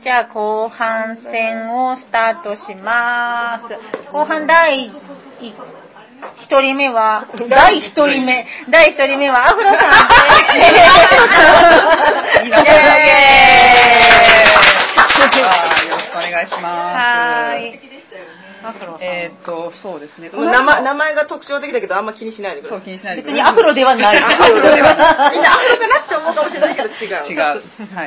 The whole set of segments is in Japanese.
じゃあ後半戦をスタートします。後半第一人目は第一人目はアフロさんです。よろしくお願いします。 はい。 そうですね。 名前が特徴的だけどあんま気にしないでください。 そう気にしないで別にアフロではない。 アフロではない。みんなアフロかなって思うかもしれないけど違う。 はい。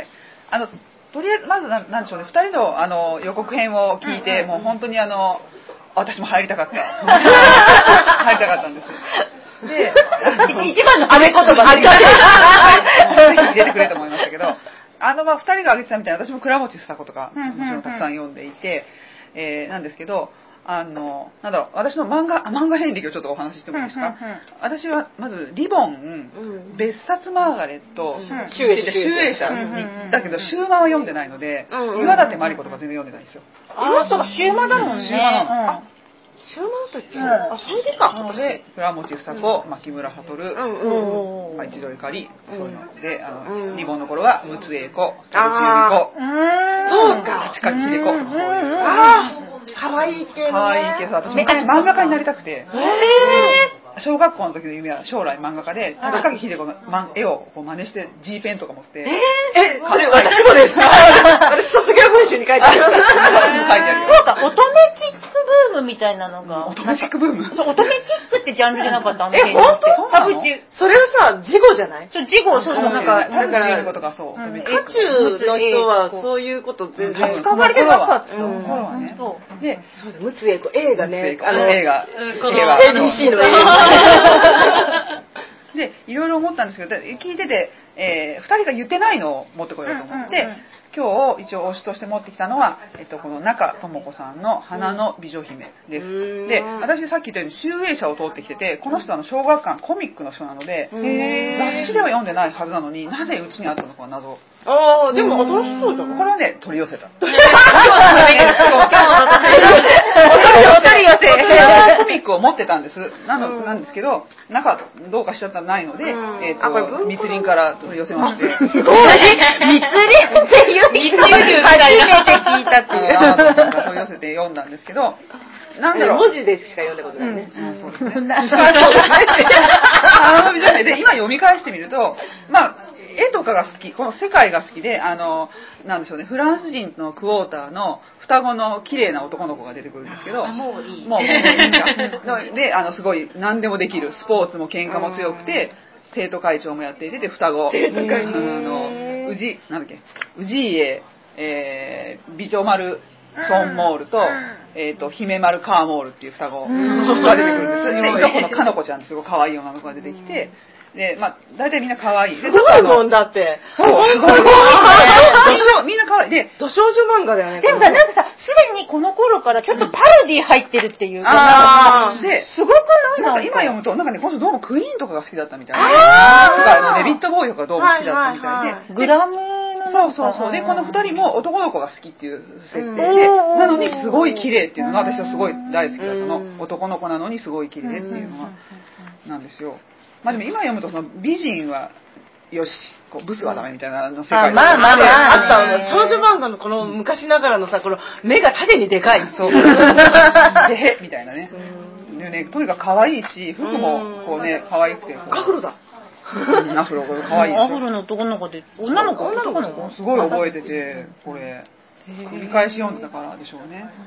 とりあえずまずなんでしょうね。2人の予告編を聞いて、もう本当に私も入りたかった。入りたかったんです。で、 一番のアメ言葉ぜひ入れてくれと思いましたけど、2人が挙げてたみたいに私も倉持房子とかもちろんたくさん読んでいて、なんですけど、なんだろう、私の漫画遍歴をちょっとお話ししてもいいですか。私はまずリボン、別冊マーガレット、 集英社だけど終盤は読んでないので、岩立真理子とか全然読んでないんですよ。 そうか、終盤だもんね。 終盤だったっけ？それでか。 で、倉持房子、牧村悟、一度ゆかり、そういうので、リボンの頃は陸奥英子、田口由美子、 そうか、 立川秀子とかそういう。 可愛い系の。 可愛い系、私昔漫画家になりたくて。小学校の時の夢は将来漫画家で、立川秀子の絵を真似して G ペンとか持って。 それ私もです。私卒業文集に書いてあります。 私も書いてある。 そうか、乙女チックブームみたいなのが。 乙女チックブーム？ そう、乙女チックってジャンルじゃなかった？ 本当？ 田淵。 それはさ、事後じゃない？ そう、事後、そう、 なんか、だから、とかそう。 渦中の人はそういうこと全然使われてなかった。 頃はね。 で、そうだ、陸奥英子、映画ね。 映画。 ABC の映画。 で、いろいろ思ったんですけど、聞いてて、2人が言ってないのを持ってこようと思って、今日一応推しとして持ってきたのは、この中智子さんの花の美女姫です。で、私さっき言ったように集英社を通ってきてて、この人は小学館コミックの人なので、雑誌では読んでないはずなのになぜうちにあったのか謎。 でも新しそうじゃん。 これはね、取り寄せた。 お取り寄せ。 コミックを持ってたんです。なんですけど、中どうかしちゃったらないので、密林から取り寄せまして。 すごい。密林っていう初めて聞いたっていう。 取り寄せて読んだんですけど、なんだろう。 文字でしか読んだことないね。 そうですね。で、今読み返してみると、絵とかが好き、この世界が好きで、なんでしょうね、フランス人のクォーターの双子の綺麗な男の子が出てくるんですけど、 もういい。 もういいで、すごい何でもできる、スポーツも喧嘩も強くて、生徒会長もやっていて、双子。 生徒会長。 氏家、美女丸ソンモールと、姫丸カーモールっていう双子が出てくるんです。で、いとこのかのこちゃんってすごい可愛い女の子が出てきて、で、大体みんな可愛い。 すごいもんだって。 すごい。みんな可愛い。で、 少女漫画だよね。 でもさ、なんかさ、すでにこの頃からちょっとパロディ入ってるっていうか、 で、 すごくない？ 今読むと、なんかね、この人どうもクイーンとかが好きだったみたいで、なんかデビッド・ボーイとかどうも好きだったみたいで、 グラムそう。で、この二人も男の子が好きっていう設定で、なのにすごい綺麗っていうのが私はすごい大好きだったの。男の子なのにすごい綺麗っていうのが、なんですよ。でも今読むとその美人はよし、ブスはダメみたいなの世界あった少女漫画のこの昔ながらのさ、この目が縦にでかい。 そう。でみたいなね。とにかく可愛いし、服もこうね、可愛くて。 アフロだ。 アフロ可愛いでしょ。 アフロの男の子で、女の子すごい覚えてて、これ繰り返し読んでたからでしょうね。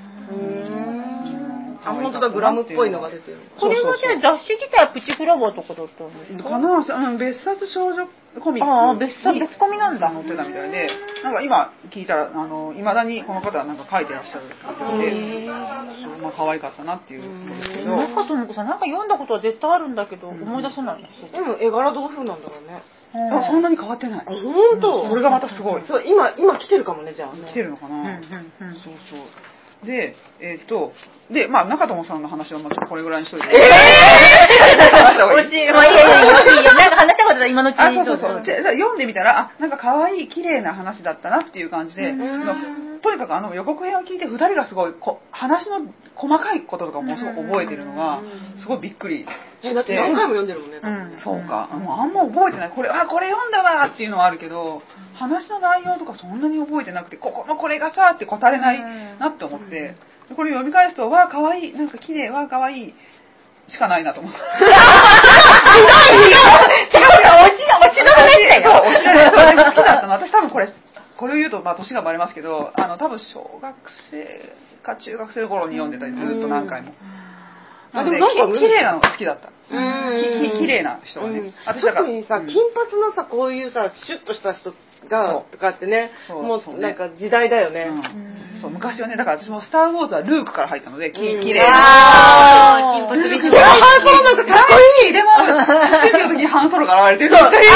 本当だ、グラムっぽいのが出てる。 これはじゃあ雑誌自体はプチフラワーとかだったんですか？ かな、別冊少女コミック別コミなんだ。 載ってたみたいで、なんか今聞いたら未だにこの方はなんか書いてらっしゃるみたいで、可愛かったなっていうんですけど。 中智子さんなんか読んだことは絶対あるんだけど思い出せない。 でも絵柄どういう風なんだろうね。 そんなに変わってない。 本当。 それがまたすごい。 そう、今来てるかもね、じゃあ。 来てるのかな。そう。で、中友さんの話はまあこれぐらいにしといて。 惜しい。なんか話したことだ、今のうちに。 そう。じゃあ読んでみたら、なんか可愛い綺麗な話だったなっていう感じで、 とにかく予告編を聞いて2人がすごい話の細かいこととかもすごく覚えてるのがすごいびっくりして。 だって何回も読んでるもんね。 そうか。もうあんま覚えてない。これ読んだわっていうのはあるけど、話の内容とかそんなに覚えてなくて、これがさって答えれないなって思って、これ読み返すと、わーかわいい、なんか綺麗、わーかわいいしかないなと思って。違う、 オチの話だよ。 そう、オチだよ。それで好きだったの。私多分これを言うと、年がバレますけど、多分小学生か中学生の頃に読んでたり、ずっと何回も。なので、綺麗なのが好きだった。綺麗な人がね。 特にさ、金髪のさ、こういうさ、シュッとした人が、とかってね、もうなんか時代だよね。 そう、昔はね、だから私もスターウォーズはルークから入ったので、綺麗な。 金髪美少女。ハンソロなんかかっこいい。 でも、思春期の時にハンソロが現れてる。そう、 やっぱね、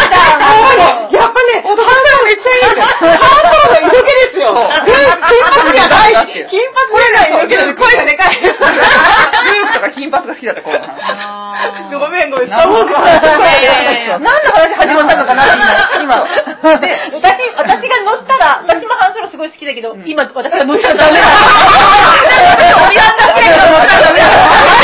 ハンソロめっちゃいいんだよ。ハンソロの色気ですよ。金髪が大好き。金髪が色気です。声がでかい。 ルークとか金髪が好きだった頃の話。ごめん、スターウォーズ何の話始まったのかな今。で、私が乗ったら、私もハンソロすごい好きだけど、今私が乗ったらダメだ。ミランダケイが乗ったらダメだ。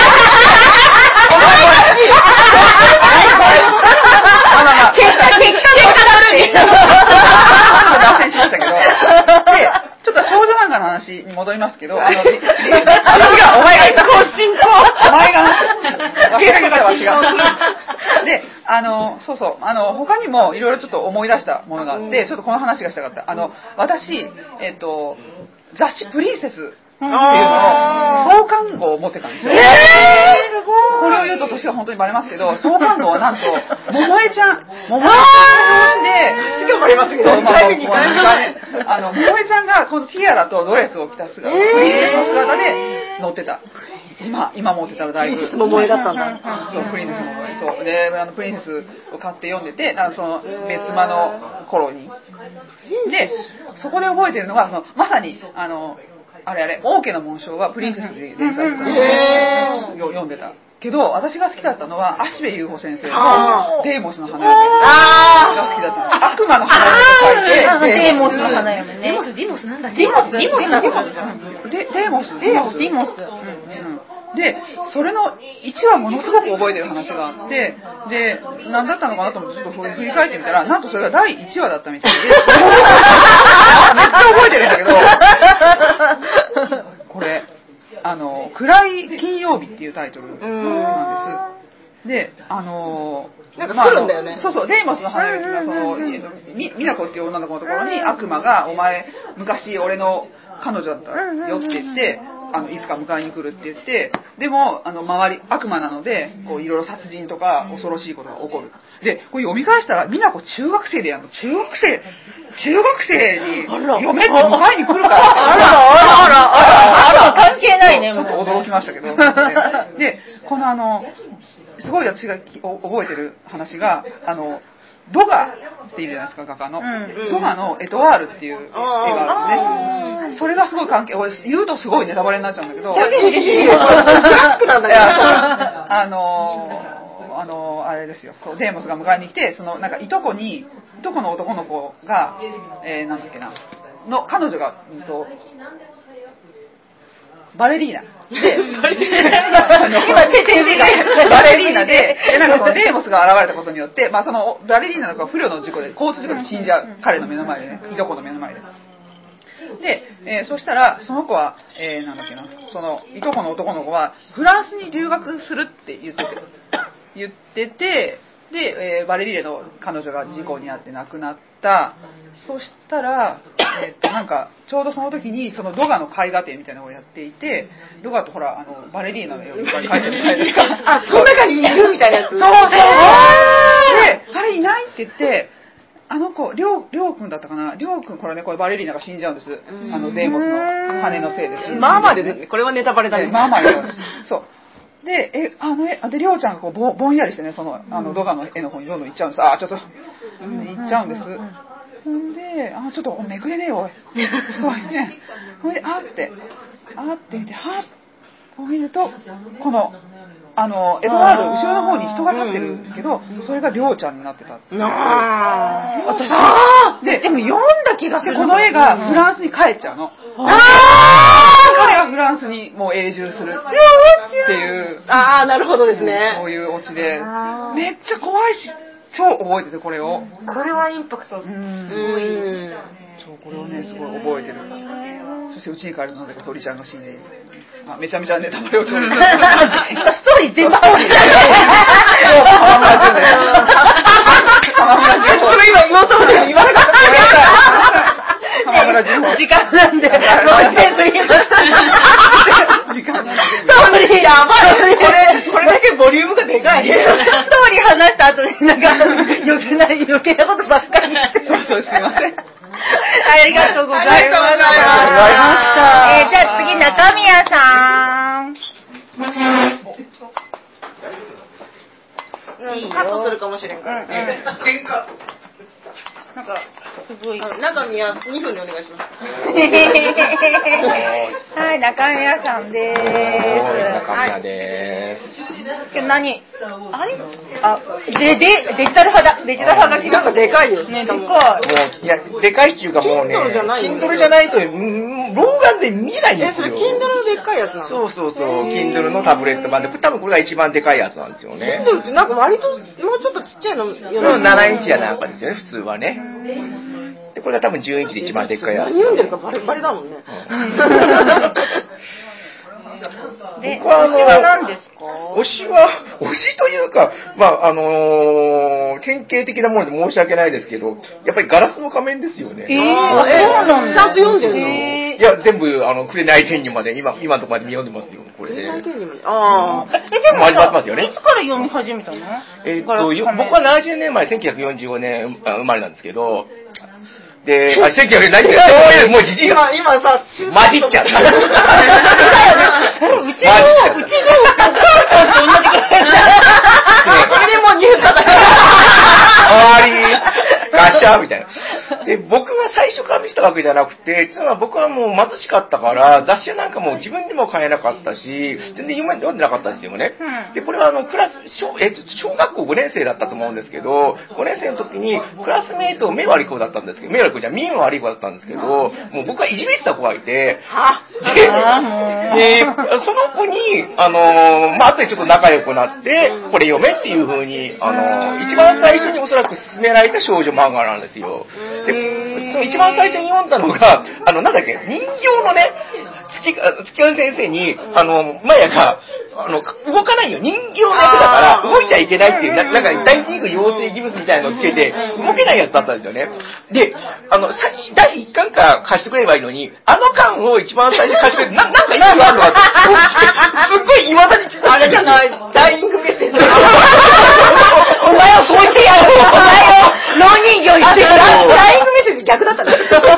結果で語る。 脱線しましたけど。で、ちょっと少女漫画の話に戻りますけど、私が、お前が言ったお前が言ったわ、違う。で、そうそう、他にもいろいろちょっと思い出したものがあって、ちょっとこの話がしたかった。私、雑誌プリンセスっていうのを創刊号を持ってたんですよ。 すごい。 これを言うと年が本当にバレますけど、創刊号はなんと、桃江ちゃんの表紙で、 年がバレますけど、 桃江ちゃんがこのティアラとドレスを着た姿、プリンセスの姿で載ってた。今持ってたらだいぶ。 プリンセス桃江だったんだ。 そう、プリンセス桃江。そう。で、プリンセスを買って読んでて、その別間の頃に。で、そこで覚えてるのが、まさに、王家の紋章はプリンセスで連載してたのを読んでた。けど、私が好きだったのは、芦部雄歩先生のデーモスの花嫁が好きだったの。悪魔の花嫁と書いて、 デーモスの花嫁ね。 デーモスなんだっけ？ デーモスデーモス。で、それの1話ものすごく覚えてる話があって、で、何だったのかなと思ってちょっと振り返ってみたら、なんとそれが第1話だったみたいで、めっちゃ覚えてるんだけど、これ、暗い金曜日っていうタイトルなんです。で、 なんか来るんだよね。 そう、デーモスの花嫁がミナコっていう女の子のところに悪魔が、お前、昔俺の彼女だったよって言って、いつか迎えに来るって言って、でも、周り悪魔なので、いろいろ殺人とか恐ろしいことが起こる。で、これ読み返したら、ミナコ中学生でやるの。中学生に、嫁って迎えに来るから。 あら、関係ないね。 ちょっと驚きましたけど。で、このすごい私が覚えてる話が、ドガっているじゃないですか、画家の。ドガのエトワールっていう絵があるんですね。それがすごい関係、言うとすごいネタバレになっちゃうんだけど。 クラシックなんだけど。あれですよ。デーモスが迎えに来て、なんかいとこの男の子が、なんだっけな、彼女が、バレリーナ。で、今手指がバレリーナで、なんかそのデーモスが現れたことによって、そのバレリーナの子が不慮の事故で、交通事故で死んじゃう。彼の目の前でね、いとこの目の前で。で、そしたら、その子は、なんだっけな、いとこの男の子は、フランスに留学するって言ってて、で、バレリーナの彼女が事故に遭って亡くなった。そしたら、なんか、ちょうどその時に、ドガの絵画展みたいなのをやっていて、ドガとほら、バレリーナの絵をいっぱい描いてるじゃないですか。 その中にいるみたいなやつ。そう。 で、あれいないって言って、子、りょうくんだったかな、りょうくん、これバレリーナが死んじゃうんです。デーモスの羽のせいで死んじゃう。 まあまあで、これはネタバレだね。 まあまあで、そう。で、りょうちゃんがぼんやりしてね、ドガの絵の方にどんどん行っちゃうんです。ちょっと、行っちゃうんです。ほんで、ちょっとめくれねえよ、おい。そうね。ほんで、って見て、こう見ると、この、 エドワード、後ろの方に人が立ってるけど、それがりょうちゃんになってたって。 私、でも読んだ気がする。 この絵がフランスに帰っちゃうの。彼がフランスにもう永住するっていう。 なるほどですね。 そういうオチで、めっちゃ怖いし、超覚えてて、これを。 これはインパクト。すごい。 そう、これをね、すごい覚えてる。そしてうちに帰るとなぜか鳥ちゃんが死んでいる。めちゃめちゃネタバレを取る。 ストーリー全部ストーリーだよ。 浜村淳だよ。浜村淳。 それ今言おうと思って言わなかった。 浜村淳。 時間なんで、もう全部言いました。 時間なんで。 ストーリーやばい。 これだけボリュームがでかい。 ストーリー話した後になんか余計なことばっかり言って。 そう、すいません。 ありがとうございました。じゃあ次、中宮さん。 カットするかもしれんから。 喧嘩。 なんか、すごい。 中宮2分でお願いします。 はい、中宮さんでーす。 中宮でーす。 今日何あれデジタル派だ。デジタル派が来た。 なんかでかいよ。 ね、でかい。 もう、いや、でかいっていうかもうね、 Kindle じゃないよ。 Kindle じゃないと、老眼で見えないんですよ。 それ Kindle のでっかいやつなの？ そう。Kindle のタブレット版で、多分これが一番でかいやつなんですよね。 Kindle ってなんか割と、もうちょっとちっちゃいの読む。 7インチやなんかですよね、普通はね。で、これが多分10インチで一番でっかいやつ。 何読んでるかバレバレだもんね。 で、推しは何ですか？ 推しというか、典型的なもので申し訳ないですけど、やっぱりガラスの仮面ですよね。 そうなんだ。 ちゃんと読んでるの？ いや、全部、紅天にまで、今のところまで読んでますよ、これで。 紅天にまで。 でもさ、いつから読み始めたの？ 僕は70年前、1945年生まれなんですけど、で、1900年何が、もうじじいが。 今さ、 混じっちゃった。 うちのお母さんと同じくらいだ。 これでもう入荷だ。 終わり。ガシャーみたいな。で、僕は最初から見せたわけじゃなくて、実は僕はもう貧しかったから、雑誌なんかも自分でも買えなかったし、全然読んでなかったんですよね。で、これは小学校5年生だったと思うんですけど、5年生の時にクラスメイト、目悪い子だったんですけど、目悪い子じゃ見え悪い子だったんですけど、もう僕はいじめてた子がいて、で、その子に、後でちょっと仲良くなって、これ読めっていう風に、一番最初におそらく勧められた少女漫画なんですよ。で、その一番最初に読んだのが、なんだっけ、人形のね、月夜先生に、マヤが、動かないよ、人形のやつだから、動いちゃいけないっていう、なんか、大リーグ養成義務みたいなのをつけて、動けないやつだったんですよね。で、第1巻から貸してくれればいいのに、巻を一番最初に貸してくれて、なんか意味があるのかって、すっごい未だに聞こえあれじゃない、ダイイングメッセージ。 お前をこうしてやる。お前を脳人形にしてやる。 ダイイングメッセージ逆だったね。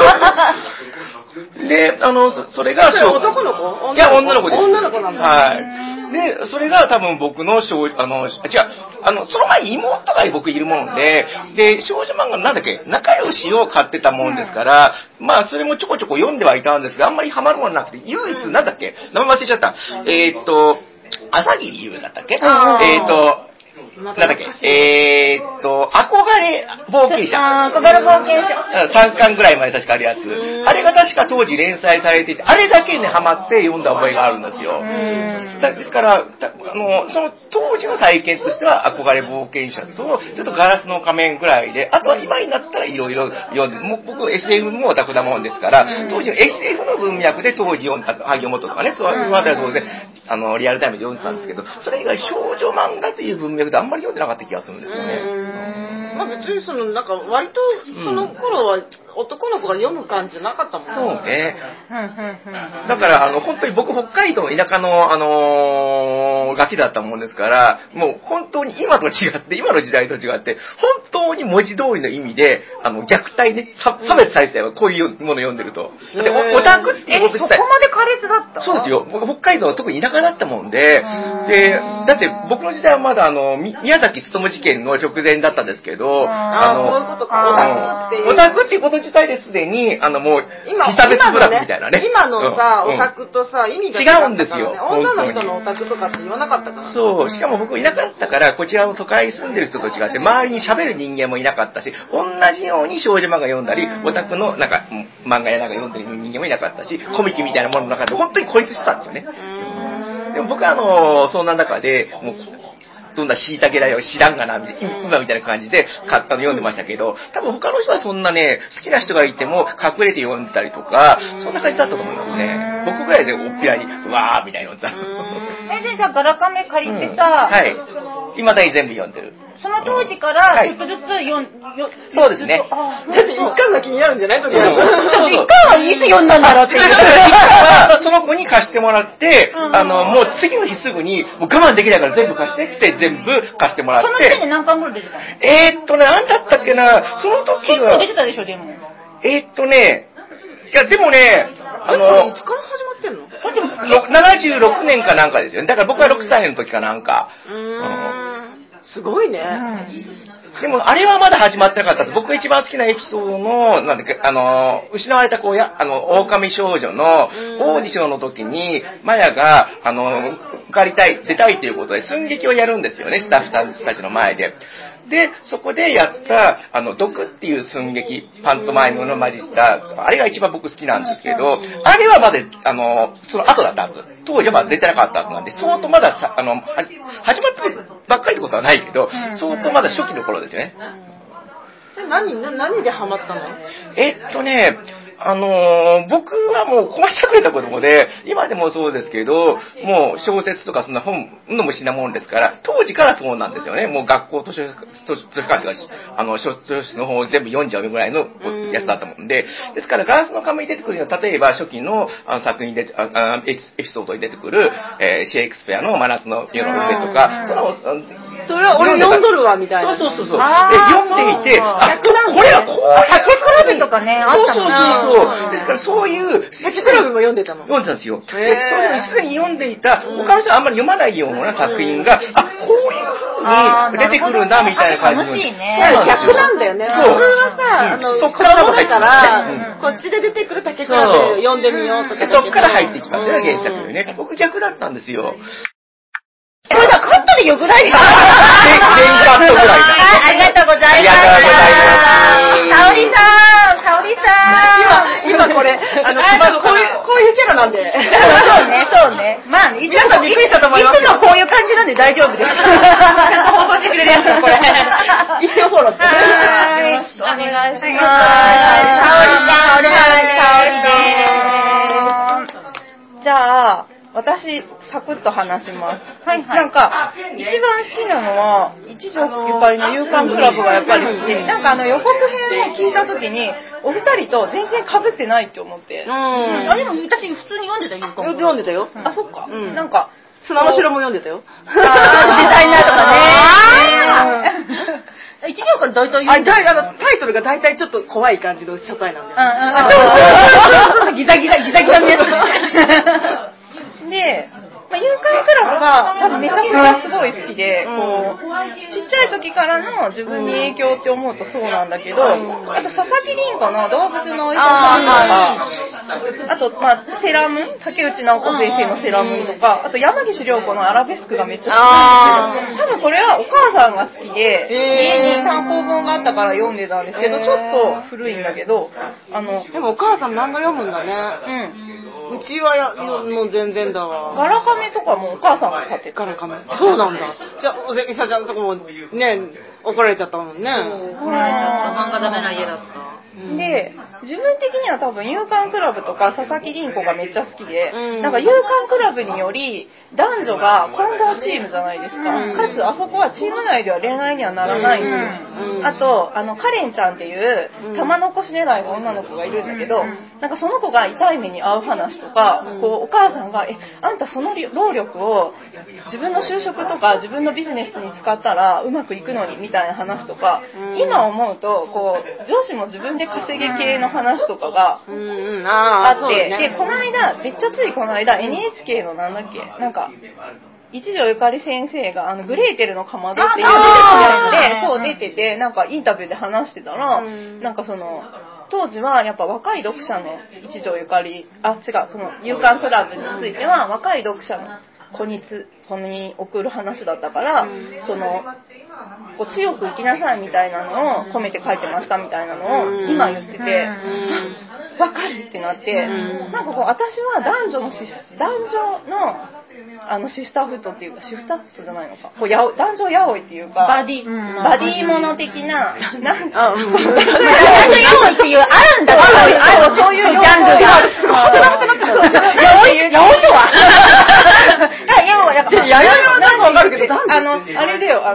で、それが、 男の子？ いや、女の子です。 女の子なんだ。 はい。で、それが多分僕のその前に妹が僕いるもんで、少女漫画のなんだっけ、仲良しを買ってたもんですから、それもちょこちょこ読んではいたんですが、あんまりハマるものなくて、唯一、なんだっけ、名前忘れちゃった。朝霧優だったっけ？なんだっけ、憧れ冒険者。 憧れ冒険者。 3巻ぐらい前確かあるやつ。あれが確か当時連載されていて、あれだけにハマって読んだ覚えがあるんですよ。ですから、その当時の体験としては憧れ冒険者と、ちょっとガラスの仮面ぐらいで、あとは今になったらいろいろ読んで、僕 SF もオタクなもんですから、当時の SF の文脈で当時読んだ、萩尾元とかね、そのあたりは当然、リアルタイムで読んでたんですけど、それ以外少女漫画という文脈であんまり読んでなかった気がするんですよね。 別になんか割とその頃は男の子が読む感じじゃなかったもんね。 そうね。だから本当に僕北海道の田舎のガキだったもんですから、もう本当に今と違って、今の時代と違って、本当に文字通りの意味で虐待ね、差別されてたよ、こういうもの読んでると。だってオタクっていうこと自体。 そこまで苛烈だった？ そうですよ。僕北海道は特に田舎だったもんで、だって僕の時代はまだ宮崎勤事件の直前だったんですけど、 そういうことか。オタクっていうオタクっていうこと自時代ですでに、もう、被差別部落みたいなね。 今のさ、オタクとさ、意味が違うんですよ。 女の人のオタクとかって言わなかったから。 そう、しかも僕田舎だったから、こちらの都会に住んでる人と違って、周りに喋る人間もいなかったし、同じように少女漫画読んだり、オタクのなんか、漫画やなんか読んでる人間もいなかったし、コミケみたいなものの中で本当に孤立してたんですよね。でも僕はそんな中で、もう、どんな椎茸だよ、知らんがな、今みたいな感じで読んでましたけど、多分他の人はそんなね、好きな人がいても隠れて読んでたりとか、そんな感じだったと思いますね。僕ぐらいでおっぴらに、うわーみたいなのさ。 で、じゃあガラカメ借りてさ、 はい。今だに全部読んでる。 その当時からちょっとずつそうですね。 だって一巻が気になるんじゃない？ 一巻はいつ読んだんだろうっていう。 一巻はその子に貸してもらって、もう次の日すぐに、もう我慢できないから全部貸してって全部貸してもらって。 その時点で何巻ぐらい出てたの？ 何だったっけな、その時は。 結構出てたでしょ、でも。 いや、でもね、 いつから始まってんの ？76年かなんかですよね。だから僕は6歳の時かなんか。 すごいね。 でも、あれはまだ始まってなかったです。僕が一番好きなエピソードの、なんだっけ、失われた子や、狼少女のオーディションの時に、マヤが、出たいということで寸劇をやるんですよね、スタッフさんたちの前で。で、そこでやった、毒っていう寸劇、パントマイムの混じった、あれが一番僕好きなんですけど、あれはまだ、その後だったはず。当時はまだ出てなかったはずなんで、相当まだ始まってばっかりってことはないけど、相当まだ初期の頃ですよね。 何でハマったの？ 僕はもう困っちゃくれた子供で、今でもそうですけど、もう小説とかそんな本のもしなもんですから、当時からそうなんですよね。もう学校図書館とか、書室の本を全部読んじゃうぐらいのやつだったもんで、ですからガラスの紙に出てくるような、例えば初期の作品で、エピソードに出てくる、シェイクスピアの真夏の夜の夢とか、 それは俺読んどるわ、みたいな。 そう。読んでいて、これはこういう。 竹比べとかね、あったもんね。 そう。ですからそういう。 竹比べも読んでたの？ 読んでたんですよ。そういうのにすでに読んでいた、他の人はあんまり読まないような作品が、こういう風に出てくるんだ、みたいな感じの。 楽しいね。 逆なんだよね。普通はさ、子供だから、こっちで出てくる竹比べ読んでみようとか。 そっから入っていきますよね、原作にね。僕逆だったんですよ。 これだ、カットでよくないですか？ 全カットぐらいだ。 ありがとうございます。沙織さん。 今これ、こういうキャラなんで。 そうね。まあ、 皆さんびっくりしたと思います。 いつもこういう感じなんで大丈夫です。放送してくれるやつだ、これ。 一応フォローして。 よろしくお願いします。沙織です。じゃあ、私、サクッと話します。なんか、一番好きなのは、一条ゆかりの夕刊クラブがやっぱり好きで、なんか予告編を聞いたときに、お二人と全然被ってないって思って。でも私普通に読んでた夕刊。 読んでたよ。 あ、そっか。なんか、 砂の城も読んでたよ。 デザイナーとかね。一条から大体読んでた。 タイトルが大体ちょっと怖い感じの書体なんだよ。ギザギザのやつ。で、夕刊クラブが多分めちゃくちゃすごい好きで、ちっちゃい時からの自分に影響って思うとそうなんだけど、あと佐々木凛子の動物のお医者さんとか、あと、セラムン、竹内直子先生のセラムンとか、あと山岸涼子のアラベスクがめっちゃ好きなんですけど、多分これはお母さんが好きで、家に単行本があったから読んでたんですけど、ちょっと古いんだけど、 でもお母さん漫画読むんだね。うちはもう全然だわ。 ガラカメとかもお母さんが買ってた。 ガラカメ。そうなんだ。じゃあ、ミサちゃんのとこもね、怒られちゃったもんね。 怒られちゃった。漫画ダメな家だった。で、自分的には多分夕刊クラブとか佐々木凛子がめっちゃ好きで、なんか夕刊クラブにより男女が混合チームじゃないですか。かつあそこはチーム内では恋愛にはならないんですよ。あとカレンちゃんっていう玉残し狙いの女の子がいるんだけど、なんかその子が痛い目に遭う話とか、お母さんがあんたその労力を自分の就職とか自分のビジネスに使ったらうまくいくのにみたいな話とか、今思うと女子も自分で稼ぎ系の話とかがあって、でこの間ついこの間 NHK のなんだっけ、なんか一条ゆかり先生がグレーテルのかまどっていうやつで出てて、なんかインタビューで話してたら、なんか当時はやっぱ若い読者の一条ゆかり、この夕刊クラブについては若い読者の子に送る話だったから、そのこう強く生きなさいみたいなのを込めて書いてましたみたいなのを今言ってて、わかるってなって、なんかこう私は男女のシスターフットっていうか、シフターフットじゃないのか、こう男女ヤオイっていうか、 バディもの的な、男女ヤオイっていうあるんだそういうジャンルがある。ヤオイとはやよいはなんかわかるけど、 あれだよ、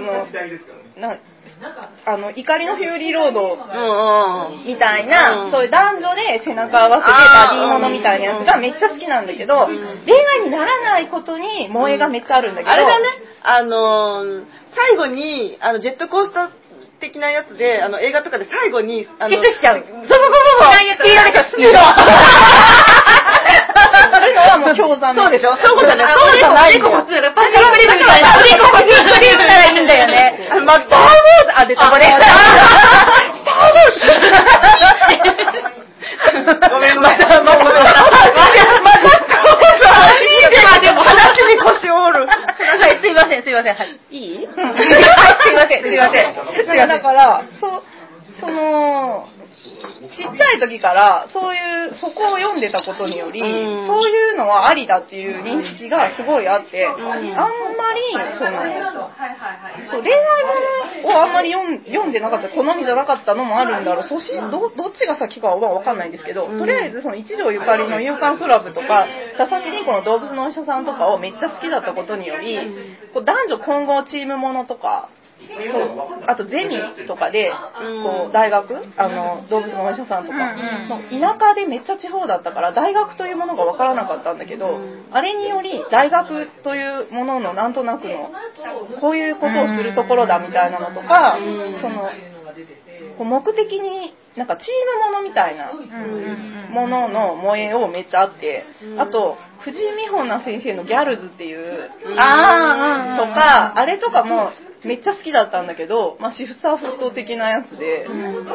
怒りのフューリーロードみたいな、そういう男女で背中合わせてバディものみたいなやつがめっちゃ好きなんだけど、恋愛にならないことに萌えがめっちゃあるんだけど、 あれだね、最後にジェットコースター的なやつで、映画とかで最後にキスしちゃう。そう。スピードでしょ、スピード。そういうのはもう興ざめ。 そうでしょ、そういうことだね。そうじゃないんだよ。パリクリムみたいな。 パリクリムならいいんだよね。 スター・ウォーズ、 出たこれ。スター・ウォーズ。 ごめん、またでも話に腰を折る。 はい、すいません。はい。いい？はい、すいません。だから、その、ちっちゃい時からそこを読んでたことにより、そういうのはありだっていう認識がすごいあって、あんまり恋愛ものをあんまり読んでなかった、好みじゃなかったのもあるんだろう。どっちが先かは分かんないんですけど、とりあえずその一条ゆかりの夕刊クラブとか佐々木凛子の動物のお医者さんとかをめっちゃ好きだったことにより、こう男女混合チームものとか、あとゼミとかでこう大学動物のお医者さんとか、田舎でめっちゃ地方だったから大学というものが分からなかったんだけど、あれにより大学というもののなんとなくのこういうことをするところだみたいなのとか、その目的になんかチームものみたいなものの萌えをめっちゃあって、あと藤井美穂奈先生のギャルズっていうとか、あれとかもめっちゃ好きだったんだけど、シフター沸騰的なやつで、こう少女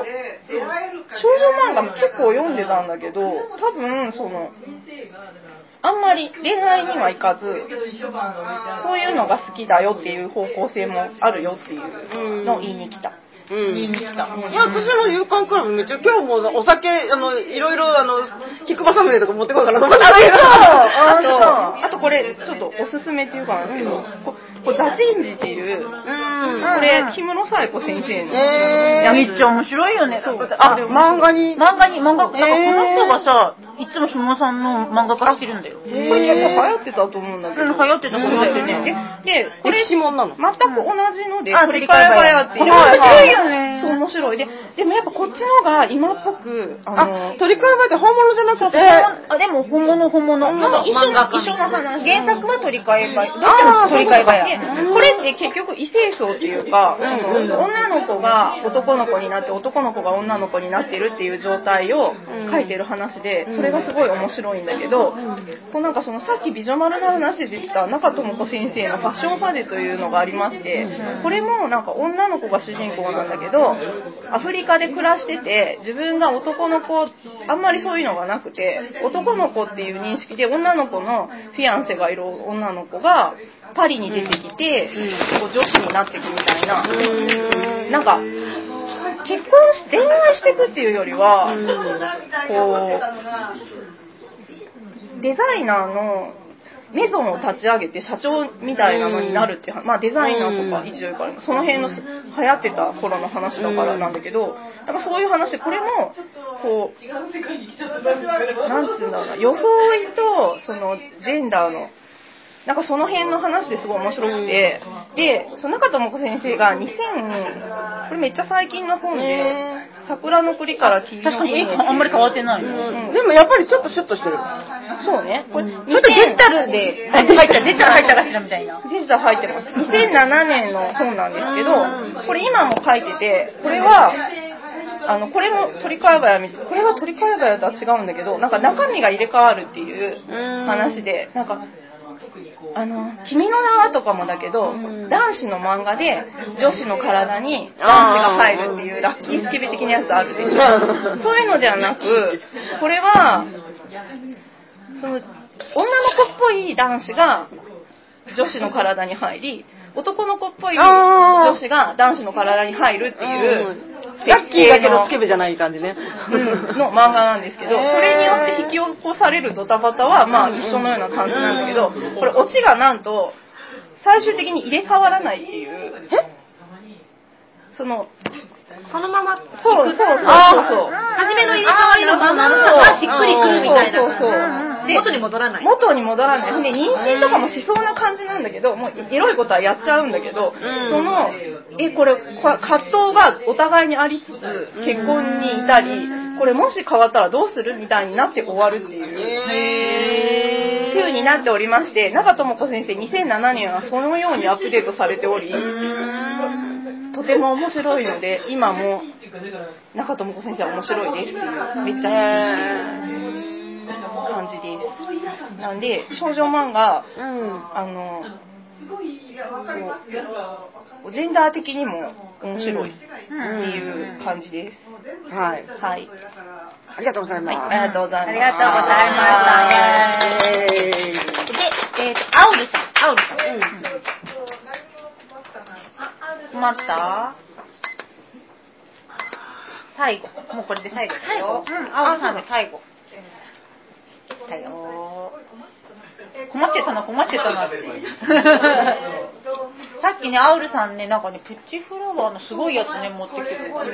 漫画も結構読んでたんだけど、多分あんまり恋愛にはいかず、そういうのが好きだよっていう方向性もあるよっていうのを言いに来た。 いや、私も夕刊クラブめっちゃ今日もお酒いろいろキックバサムネとか持ってこようかなと思ったんだけど、 あとこれちょっとおすすめっていうかなんですけど、ザジンジっていう、これ氷室紗恵子先生の、 めっちゃ面白いよね。漫画なんかこの人がさ、いつも氷室さんの漫画化してるんだよ。 これ結構流行ってたと思うんだけど。 流行ってたことだよね。 で、これ指紋なの？ 全く同じので、鳥飼バヤっていう。面白いよね。そう、面白い。でもやっぱこっちのが今っぽく、 鳥飼バヤって本物じゃなくて、 でも本物。一緒の話。原作は鳥飼バヤ。どっちも鳥飼バヤ。これって結局異性相っていうか、女の子が男の子になって、男の子が女の子になってるっていう状態を書いてる話で、それがすごい面白いんだけど、なんかさっき美女丸の話で出てた中智子先生のファッションファデというのがありまして、これもなんか女の子が主人公なんだけど、アフリカで暮らしてて、自分が男の子、あんまりそういうのがなくて、男の子っていう認識で女の子のフィアンセがいる女の子がパリに出てきて、女子になっていくみたいな、なんか結婚して恋愛していくっていうよりは、デザイナーのメゾンを立ち上げて社長みたいなのになるっていう、デザイナーとか一応からその辺の流行ってた頃の話だからなんだけど、なんかそういう話で、これもなんつうんだろうな、装いとそのジェンダーのなんかその辺の話ですごい面白くて、で、中智子先生がこれめっちゃ最近の本で、桜の栗から君の確かにあんまり変わってない。でもやっぱりちょっとシュッとしてる。 そうね。これちょっとデジタルで入ったかしらみたいな。 デジタル入ってます。2007年の本なんですけど、これ今も書いてて、これはこれも鳥飼バヤこれは鳥飼バヤとは違うんだけど、なんか中身が入れ替わるっていう話で、なんか君の名はとかもだけど、男子の漫画で女子の体に男子が入るっていうラッキースケベ的なやつあるでしょ。そういうのではなく、これは、女の子っぽい男子が女子の体に入り、男の子っぽい女子が男子の体に入るっていうラッキーだけどスケベじゃない感じね、 の漫画なんですけど、それによって引き起こされるドタバタはまあ一緒のような感じなんだけど、これオチがなんと最終的に入れ替わらないっていう、そのまま、そう初めの入れ替わりのままがしっくりくるみたいな。元に戻らない。 元に戻らない。で、妊娠とかもしそうな感じなんだけど、もうエロいことはやっちゃうんだけど、これ葛藤がお互いにありつつ、結婚に至り、これもし変わったらどうするみたいになって終わるっていう風になっておりまして、中智子先生2007年はそのようにアップデートされており、とても面白いので、今も中智子先生は面白いですっていう、めっちゃ好き感じです。なんで少女漫画、ジェンダー的にも面白いっていう感じです。はい。 ありがとうございます。 ありがとうございます。 で、アウルさん。 困った？最後。もうこれで最後ですよ。アウルさんで最後。困っちゃったなってさっきね、アウルさんね、なんかね、プチフラワーのすごいやつね、持ってきてくれて。 好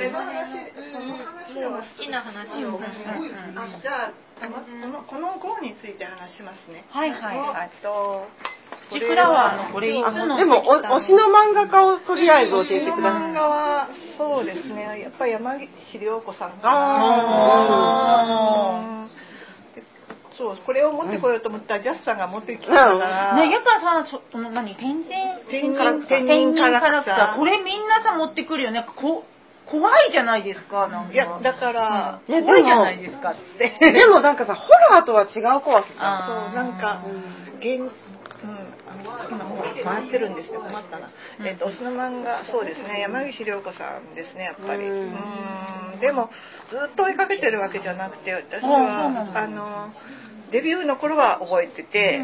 きな話を。 じゃあ、この号について話しますね。 はい。プチフラワーのこれいつの。 でも、推しの漫画家をとりあえず教えてください。 漫画は、そうですね、やっぱり山岸涼子さんかな。そう、これを持ってこようと思ったらジャスさんが持ってきたから、 ね、やっぱさ、天人カラクター、これみんなさ持ってくるよね。怖いじゃないですか。なんかいやだから怖いじゃないですかって。 でもなんかさ、ホラーとは違う怖ささ。 そうなんか今もう回ってるんですよ。困ったな。推しの漫画、そうですね、山岸涼子さんですね、やっぱり。でもずっと追いかけてるわけじゃなくて、私はデビューの頃は覚えてて、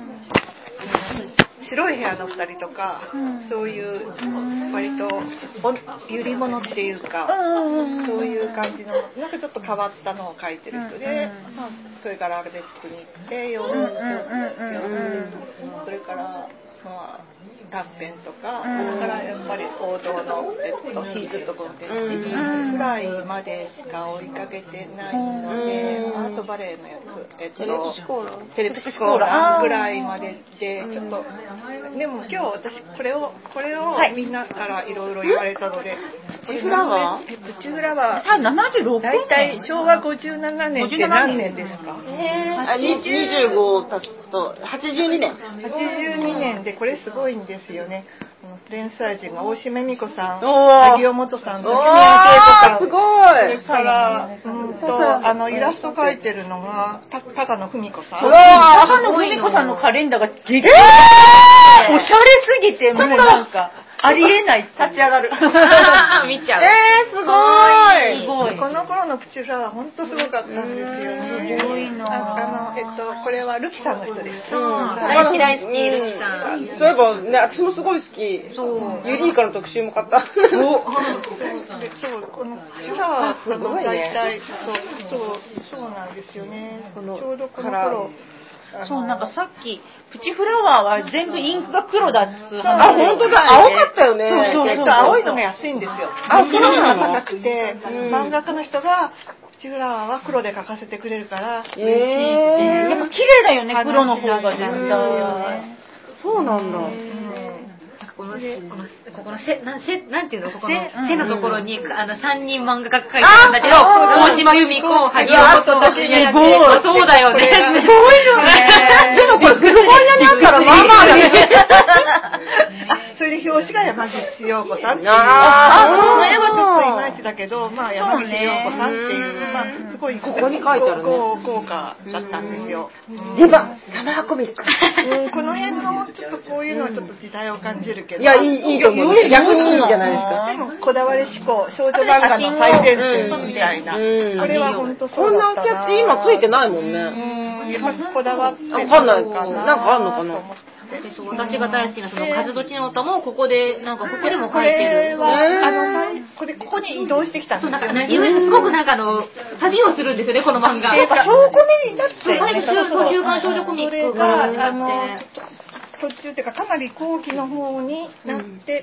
白い部屋の2人とか、そういう割とゆり物っていうか、そういう感じのなんかちょっと変わったのを描いてる人で、それからアラベスクに行ってそれから短編とか、それからやっぱり王道のヒーズとコンテンツぐらいまでしか追いかけてないので、あとバレエのやつ、テレプシコーラぐらいまでで、ちょっとでも今日私これをみんなからいろいろ言われたので、 プチフラワー 76 だいたい昭和57年って何年ですか ？25足すと82年。 82年で、これすごいんですよね。連載人が大島美子さん、萩尾元さん、木宮恵子さん、 すごい。 それからイラスト描いてるのが高野文子さん。 高野文子さんのカレンダーが激おしゃれすぎて、もうなんかありえない。立ち上がる。 見ちゃう。 すごい。 この頃のプチフラワー本当すごかったんですよね。 すごいな。 これはルキさんの人です。 大好きルキさん。 そういえばね、私もすごい好き。ユリイカの特集も買った。 そうこのプチフラワーの大体そうなんですよね。ちょうどこの頃。 そう、なんかさっきプチフラワーは全部インクが黒だっつう話。本当だ、青かったよね。 青いのが安いんですよ。黒が高くて、漫画家の人がプチフラワーは黒で描かせてくれるから嬉しいっていう。 やっぱ綺麗だよね、黒の方が絶対。 そうなんだ。 このなんていうの、ここの背のところに3人漫画家が描いてるんだけど、大島由美子、萩尾元とそうだよね。 すごいよね。 でもこれ古本屋にあったらまあまあだね。 それでいう表紙が山口陽子さんっていう。この絵あはちょっといまいちだけど、まあ山口陽子さんっていう、まあすごいここに書いてあるね効果だったんですよ。 サマーコミック。 この辺のちょっとこういうのはちょっと時代を感じるけど。 いや、いいと思う。逆にいいじゃないですか。 でもこだわり志向、少女漫画の最前線みたいな。これは本当そうだったな。 こんなキャッチ今ついてないもんね。 やっぱこだわってるわかんない。なんかあんのかな。 そう私が大好きなその風時の歌もここでなんかここでも書いてる。 ここに移動してきたんですよね。 すごくなんか旅をするんですよねこの漫画。 小コミになって、 週刊少女コミックが途中っていうかかなり後期の方になって、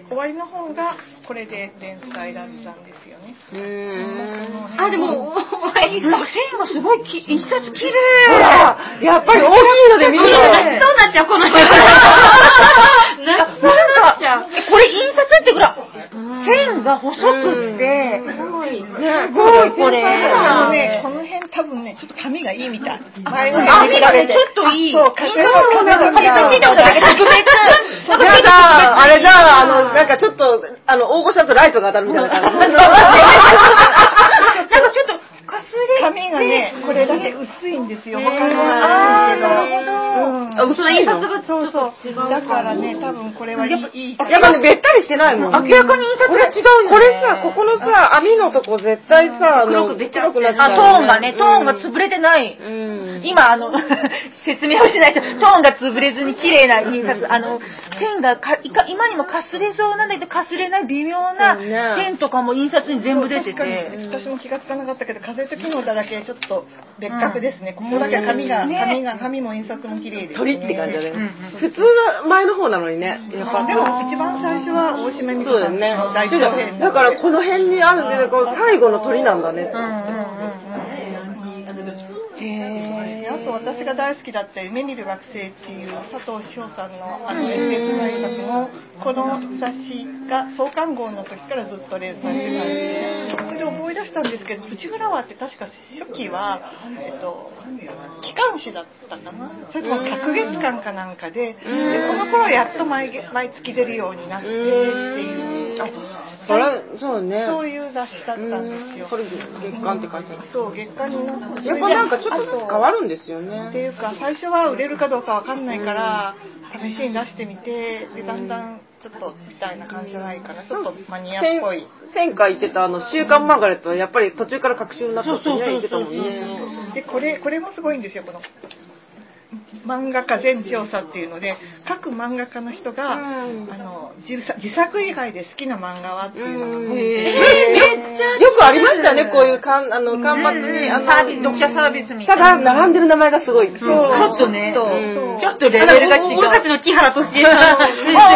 終わりの方がこれで連載だったんですよね。 あ、でも線がすごい一冊綺麗。 ほら、やっぱり大きいので見ると泣きそうになっちゃうこの辺。泣きそうになっちゃう。 これ印刷ってほら線が細くってすごいこれ。 この辺多分ねちょっと紙がいいみたい。前の紙がねちょっといい。そう風の特別。 あれじゃあなんかちょっと大御所だとライトが当たるみたいな感じ。なんかちょっと紙がねこれだけ薄いんですよ。他のなるほど。 薄いの。 そうだからね多分これはいい。 やっぱねべったりしてないもん。 明らかに印刷が違うよね。 これさここのさ網のとこ絶対さ黒くなっちゃう。トーンが潰れてない。今説明をしないとトーンが潰れずに綺麗な印刷線が今にもかすれそうなんだけどかすれない微妙な線とかも印刷に全部出てて。 私も気がつかなかったけどカセット機能だけちょっと別格ですね。ここだけ紙も印刷も綺麗ですね。 鳥って感じだね。普通は前の方なのにね。 でも一番最初は大島美香さんの大長編。 だからこの辺にあるんで最後の鳥なんだね。 あと私が大好きだった夢見る惑星っていう佐藤志保さんのSF 大作もこの雑誌が創刊号の時からずっと連載してたんですね。それで思い出したんですけどプチフラワーって確か初期は機関誌だったかな。それとも隔月間かなんかでこの頃やっと毎月出るようになってっていうそういう雑誌だったんですよ。 これ月刊って書いてある。 そう月刊になって。 やっぱなんかちょっとずつ変わるんですよね。 っていうか最初は売れるかどうかわかんないから試しに出してみてでだんだんちょっとみたいな感じじゃないかな。ちょっとマニアっぽい。 前回言ってた週刊マーガレットはやっぱり途中から隔週になったって言ってたもんね。 でこれもすごいんですよ。この漫画家全調査っていうので各漫画家の人が、自作以外で好きな漫画はっていうのがよくありましたよね。こういう刊末に読者サービスみたいな。 ただ並んでる名前がすごい。 ちょっとねちょっとレベルが違う。 俺たちの木原敏恵さん。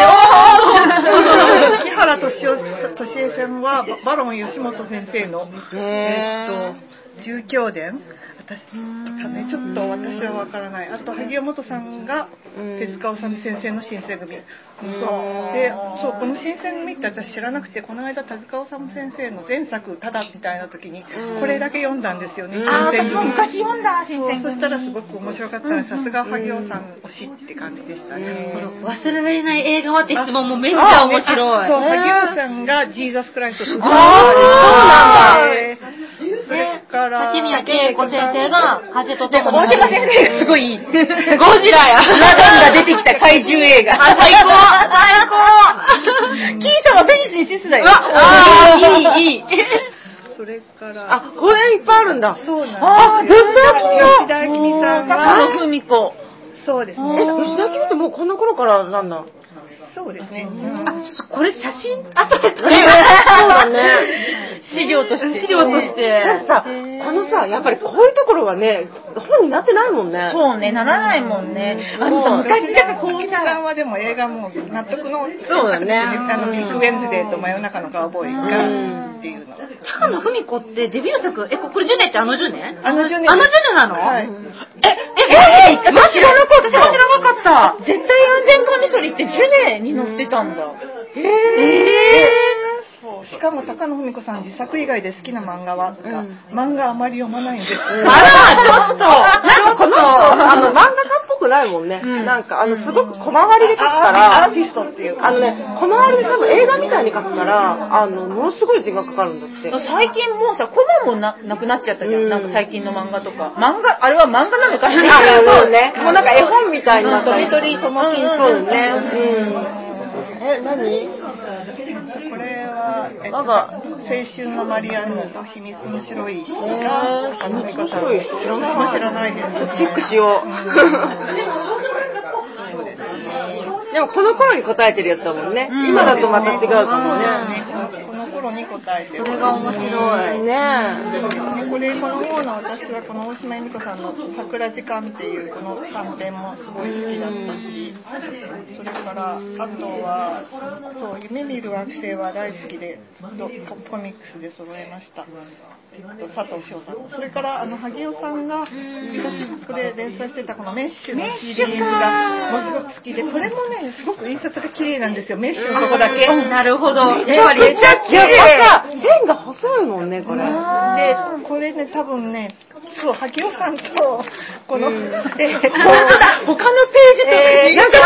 木原敏恵さんはバロン吉本先生の住教伝私とかねちょっと私は分からない。あと萩尾本さんが手塚治虫先生の新選組。この新選組って私知らなくてこの間手塚治虫先生の前作ただみたいな時にこれだけ読んだんですよね。 私も昔読んだ新選組。 そしたらすごく面白かったのでさすが萩尾さん推しって感じでしたね。 忘れられない映画はって質問もめっちゃ面白い。 そう萩尾さんがジーザスクライスト。そうなんだ。それから立宮恵子先生が風とともに。 大島先生すごいいい。ゴジラや。 マダンが出てきた怪獣映画。 最高。 キーさんはテニスにしてたよ。 いい。 それからこれいっぱいあるんだ。 そうなんです。吉田明美さんが高野久美子。 そうですね。 吉田明美ってもうこの頃からなんだ。 そうですね。 これ写真後で撮れる。 そうだね。 資料として。 さ、やっぱりこういうところはね、本になってないもんね。 そうね、ならないもんね。 昔だから小木さんはでも映画も納得の。 そうだね。 ビッグウェンズデーと真夜中のカウボーイがっていうの。 高野文子ってデビュー作、これジュネってあのジュネ？ あのジュネなの？ はい。 知らなかった。私も知らなかった。絶対安全カミソリってジュネに載ってたんだ。 しかも高野文子さん自作以外で好きな漫画は漫画あまり読まないんです。 この人漫画家っぽくないもんね。なんか、すごく小回りで書くから、 アーティストっていうか。 小回りで多分映画みたいに書くから、ものすごい時間かかるんだって。 最近もうさ、コマもなくなっちゃったじゃん。なんか最近の漫画とか。あれは漫画なのかな。 そうね。もうなんか絵本みたいな。 ドミトリーともきんそうね。何？ これは、青春のマリアンヌと秘密の白い石が、美子さん。私も知らないです。 チェックしよう。でもこの頃に答えてるやつだもんね。今だとまた違うかもね。 この頃に答えてる。 それが面白い。 ね。このような私はこの大島由美子さんの桜時間っていうこの短編もすごい好きだったし、それからあとはそう夢見る惑星は大好きでコミックスで揃えました。佐藤翔さんの。それから萩尾さんが昔これ連載してたこのメッシュのシリーズがもうすごく好きで、これもねすごく印刷が綺麗なんですよ。メッシュのとこだけ。 なるほど。 やっぱりめっちゃ綺麗。線が細いもんねこれ。 でこれね多分ねそう萩尾さんとこの、他のページとなんか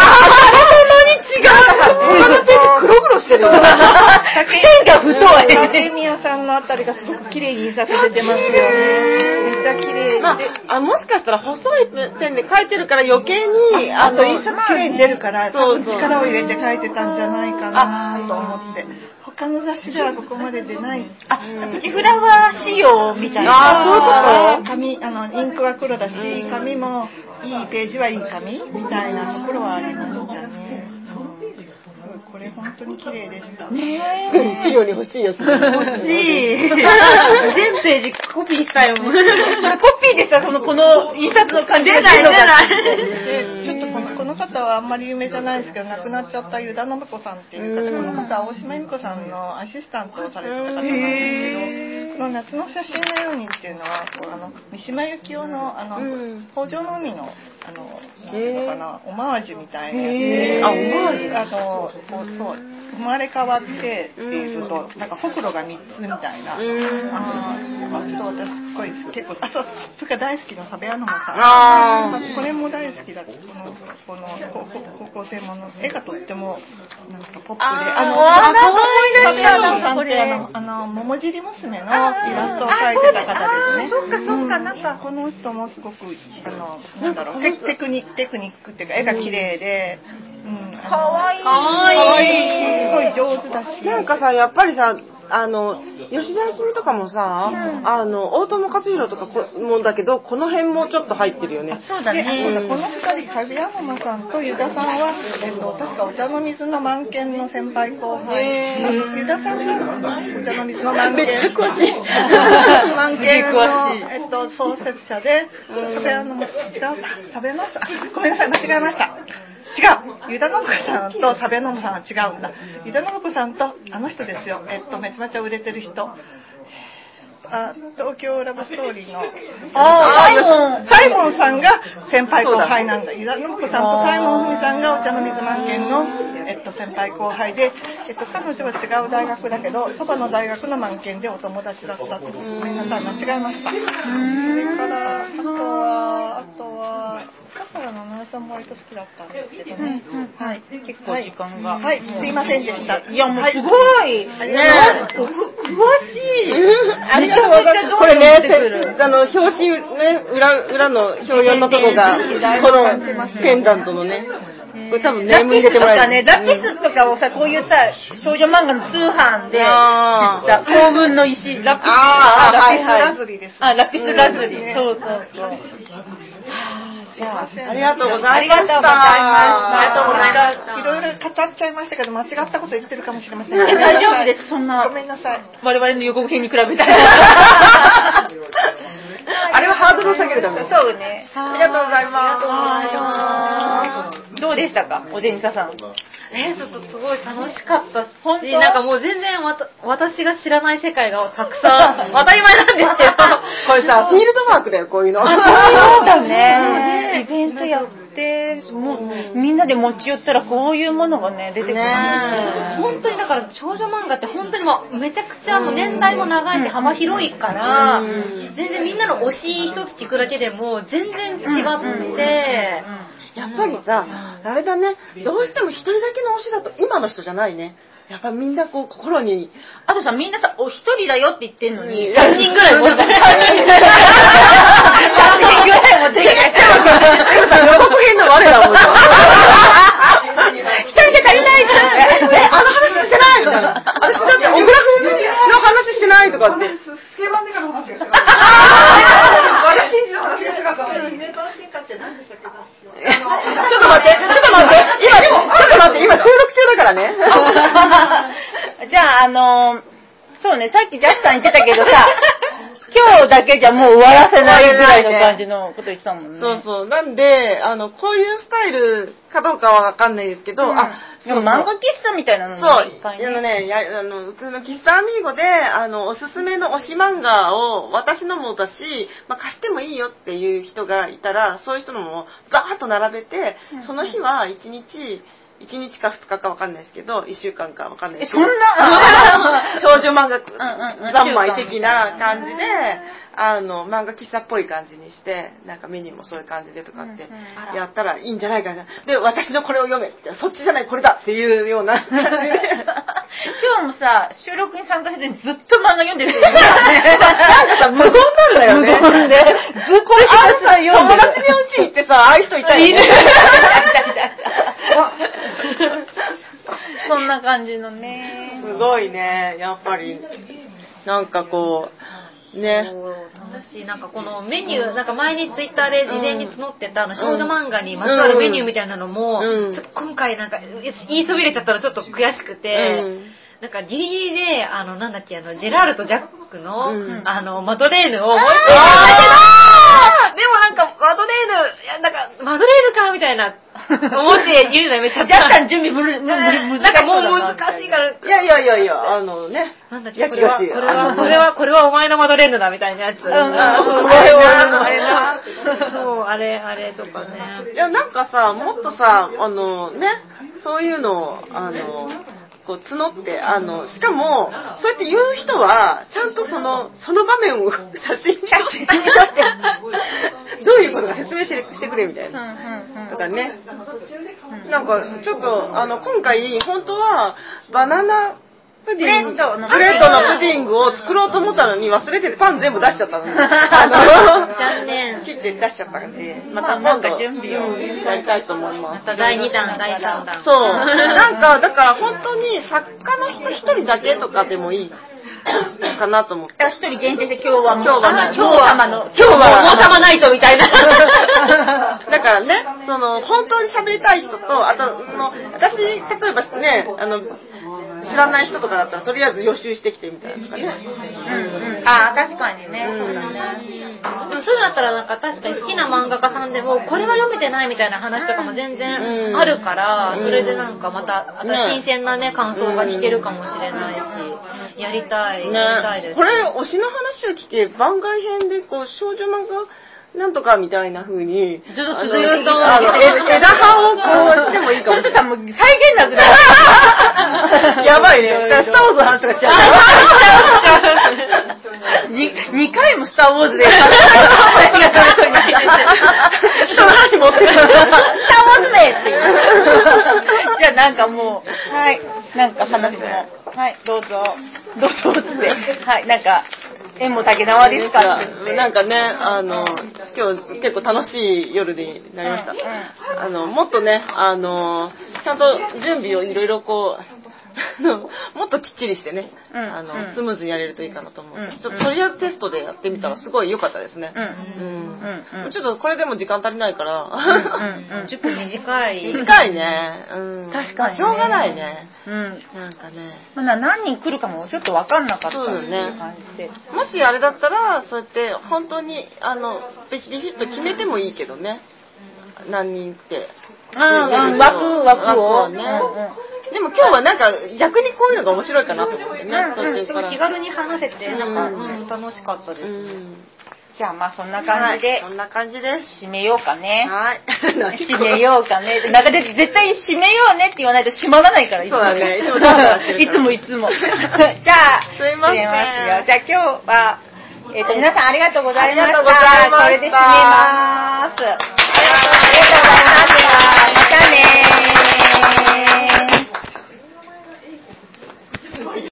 他のページ黒々してる。 線が太い。 竹宮さんのあたりがすごく綺麗に印刷出てますよね。めっちゃ綺麗で。 もしかしたら細いペンで書いてるから余計に印刷綺麗に出るから多分力を入れて書いてたんじゃないかなと思って。他の雑誌ではここまで出ない。 プチフラワー仕様みたいな。 そういうこと？ 紙、インクは黒だし、紙もいいページはいい紙みたいなところはありましたね。これ本当に綺麗でした。 資料に欲しいやつ。 欲しい。全ページコピーしたよ。コピーでさ、この印刷の感じが出ない。 ちょっとこの方はあんまり有名じゃないですけど、亡くなっちゃった湯田信子さんっていう方、この方は大島由美子さんのアシスタントをされてた方なんですけど、この夏の写真のようにっていうのは三島由紀夫の北条の海のなんていうのかな、オマージュみたいなやつで、 オマージュ。 そう生まれ変わってっていうとなんかほくろが3つみたいな。あと私すごい結構それから大好きなサベアノモさん。これも大好きだ。この高校生もの絵がとってもなんかポップで、サベアノモさんって桃尻娘のイラストを描いてた方ですね。 そっかなんかこの人もすごくなんだろうテクニックっていうか絵が綺麗で。かわいい。すごい上手だし。 なんかさ、やっぱりさ、吉田ひみとかもさ、大友克洋とかもだけど、この辺もちょっと入ってるよね。 そうだね。この2人、影山マさんと湯田さんは、確かお茶の水の満研の先輩後輩。湯田さんがお茶の水の満研。めっちゃ詳しい。満研の、創設者で、ごめんなさい、間違えました。違う、湯田信子さんとサベノムさんは違うんだ。湯田信子さんとあの人ですよ。めちゃめちゃ売れてる人。東京ラブストーリーのサイモンさんが先輩後輩なんだ。湯田信子さんとサイモン文さんがお茶の水満研の先輩後輩で、彼女は違う大学だけど、そばの大学の満研でお友達だったって。ごめんなさい、間違えました。それからあとは笠原七重さんも割と好きだったんですけどね。はい。結構時間が。はい。すいませんでした。 いやもうすごい。 詳しい。 あれこれね、表紙ね、裏の表4のとこが、このペンダントのね、これ多分ネーム入れてもらえる。 ラピスとかをさ、こういうさ、少女漫画の通販で知った。黄金の石。ラピスラズリです。ラピスラズリ。そう。 じゃあ、ありがとうございました。 いろいろ語っちゃいましたけど、間違ったこと言ってるかもしれません。 大丈夫です。そんな。 ごめんなさい。 我々の予告編に比べたら。 あれはハードルを下げるため。 そうね。 ありがとうございます。 どうでしたか、おでんささん。 ちょっとすごい楽しかったし、なんかもう全然私が知らない世界がたくさん当たり前なんですけど、 これさ、フィールドマークだよ、こういうの。 そうだね。イベントやって、みんなで持ち寄ったらこういうものがね、出てくるんですよ。本当にだから少女漫画って本当にもうめちゃくちゃ年代も長いし幅広いから、全然みんなの推し一つ聞くだけでも全然違って、いやっぱりさ、あれだね、どうしても一人だけの推しだと今の人じゃないね。やっぱみんなこう心に。 あとさ、みんなさ、お一人だよって言ってんのに、 3人ぐらい持ってる。3人ぐらい持ってきて。 予告編の我らもさ。 一人じゃ足りないじゃん。 あの話してないみたいな。私だってオグラフの話してないとかって。 スケバンデカの話がしてた。和田真二の話がしてた。 ちょっと待って、今収録中だからね。 じゃあ、そうね、さっきジャスさん言ってたけどさ、今日だけじゃもう終わらせないぐらいの感じのこと言ってたもんね。 そうそう。なんで、こういうスタイルかどうかはわかんないですけど、 でも漫画喫茶みたいなのもそう、うちの喫茶アミーゴで、おすすめの推し漫画を私のもだし、貸してもいいよっていう人がいたら、そういう人のもバーッと並べて、その日は1日か2日かわかんないですけど、1週間かわかんないですけど。 そんな少女漫画三昧的な感じで、漫画喫茶っぽい感じにして、なんかメニューもそういう感じでとかってやったらいいんじゃないかな。で、私のこれを読めって、そっちじゃないこれだっていうような感じで。 今日もさ、収録に参加せずにずっと漫画読んでる人いるなんかさ、無言なんだよね。 無言で。ずっとこれあるさ、友達のうちに行ってさ、ああいう人いたよね。 そんな感じのね。 すごいね、やっぱり。なんかこう、ね。 楽しい。なんかこのメニュー、なんか前にツイッターで事前に募ってた少女漫画にまつわるメニューみたいなのも、ちょっと今回なんか言いそびれちゃったらちょっと悔しくて、なんかギリギリで、なんだっけ、ジェラールとジャックの、マドレーヌをもう一回やったけど、でもなんか、マドレーヌ、いや、なんか、マドレーヌかみたいな、思って言うのやめちゃった。 ジャッさん準備難なんかもう難しいから。 いや、ね。 なんだっけ、これはお前のマドレーヌだみたいなやつ。 あれとかね。 いや、なんかさ、もっとさ、そういうのを、こう募って、しかも、そうやって言う人は、ちゃんとその場面を写真に撮って、どういうことか説明してくれみたいな。だからね、なんか、ちょっと、今回、本当は、バナナ、プレートのプディングを作ろうと思ったのに忘れてパン全部出しちゃったのに。 残念。 キッチン出しちゃったんで、また今度準備をやりたいと思います。 また第2弾、第3弾。 そう。なんか、だから本当に作家の人一人だけとかでもいいかなと思って。 一人限定で今日はもう様ナイトみたいな。 だからね、本当に喋りたい人と、あと、私、例えばね、知らない人とかだったらとりあえず予習してきてみたいなとかね。 確かにね。そうだね。 でもそういうのだったらなんか確かに好きな漫画家さんでもこれは読めてないみたいな話とかも全然あるから、それでなんかまた新鮮なね感想が聞けるかもしれないし、やりたいです。 これ推しの話を聞け番外編でこう少女漫画なんとかみたいな風にずっと続いて枝葉をこうしてもいいかもしれない。 ちょっとさもう再現なくなる。 やばいね。スターウォーズの話とかしちゃう。 2回もスターウォーズで話がそういう風になって人の話持ってる。 スターウォーズ名っていう。じゃあなんかもうはいなんか話もはいどうぞってはいなんか縁も竹縄ですかってなんかね今日結構楽しい夜になりました。もっとねちゃんと準備をいろいろこうもっときっちりしてね、スムーズにやれるといいかなと思う。ちょっととりあえずテストでやってみたらすごい良かったですね。ちょっとこれでも時間足りないから。 10分短い。 短いね。 確かに。 しょうがないね。 なんかね。何人来るかもちょっと分かんなかったっていう感じで。 もしあれだったら、そうやって本当に、ビシッと決めてもいいけどね。何人って。 枠をね。 でも今日はなんか逆にこういうのが面白いかなと思ってね。途中から気軽に話せてなんか楽しかったです。 じゃあまあそんな感じで、 そんな感じです。 締めようかね。 はい。 締めようかね。なんか絶対締めようねって言わないと閉まらないからいつも。 そうだね。いつも。 じゃあすいません。 じゃあ今日は皆さんありがとうございました。 ありがとうございました。 これで締めます。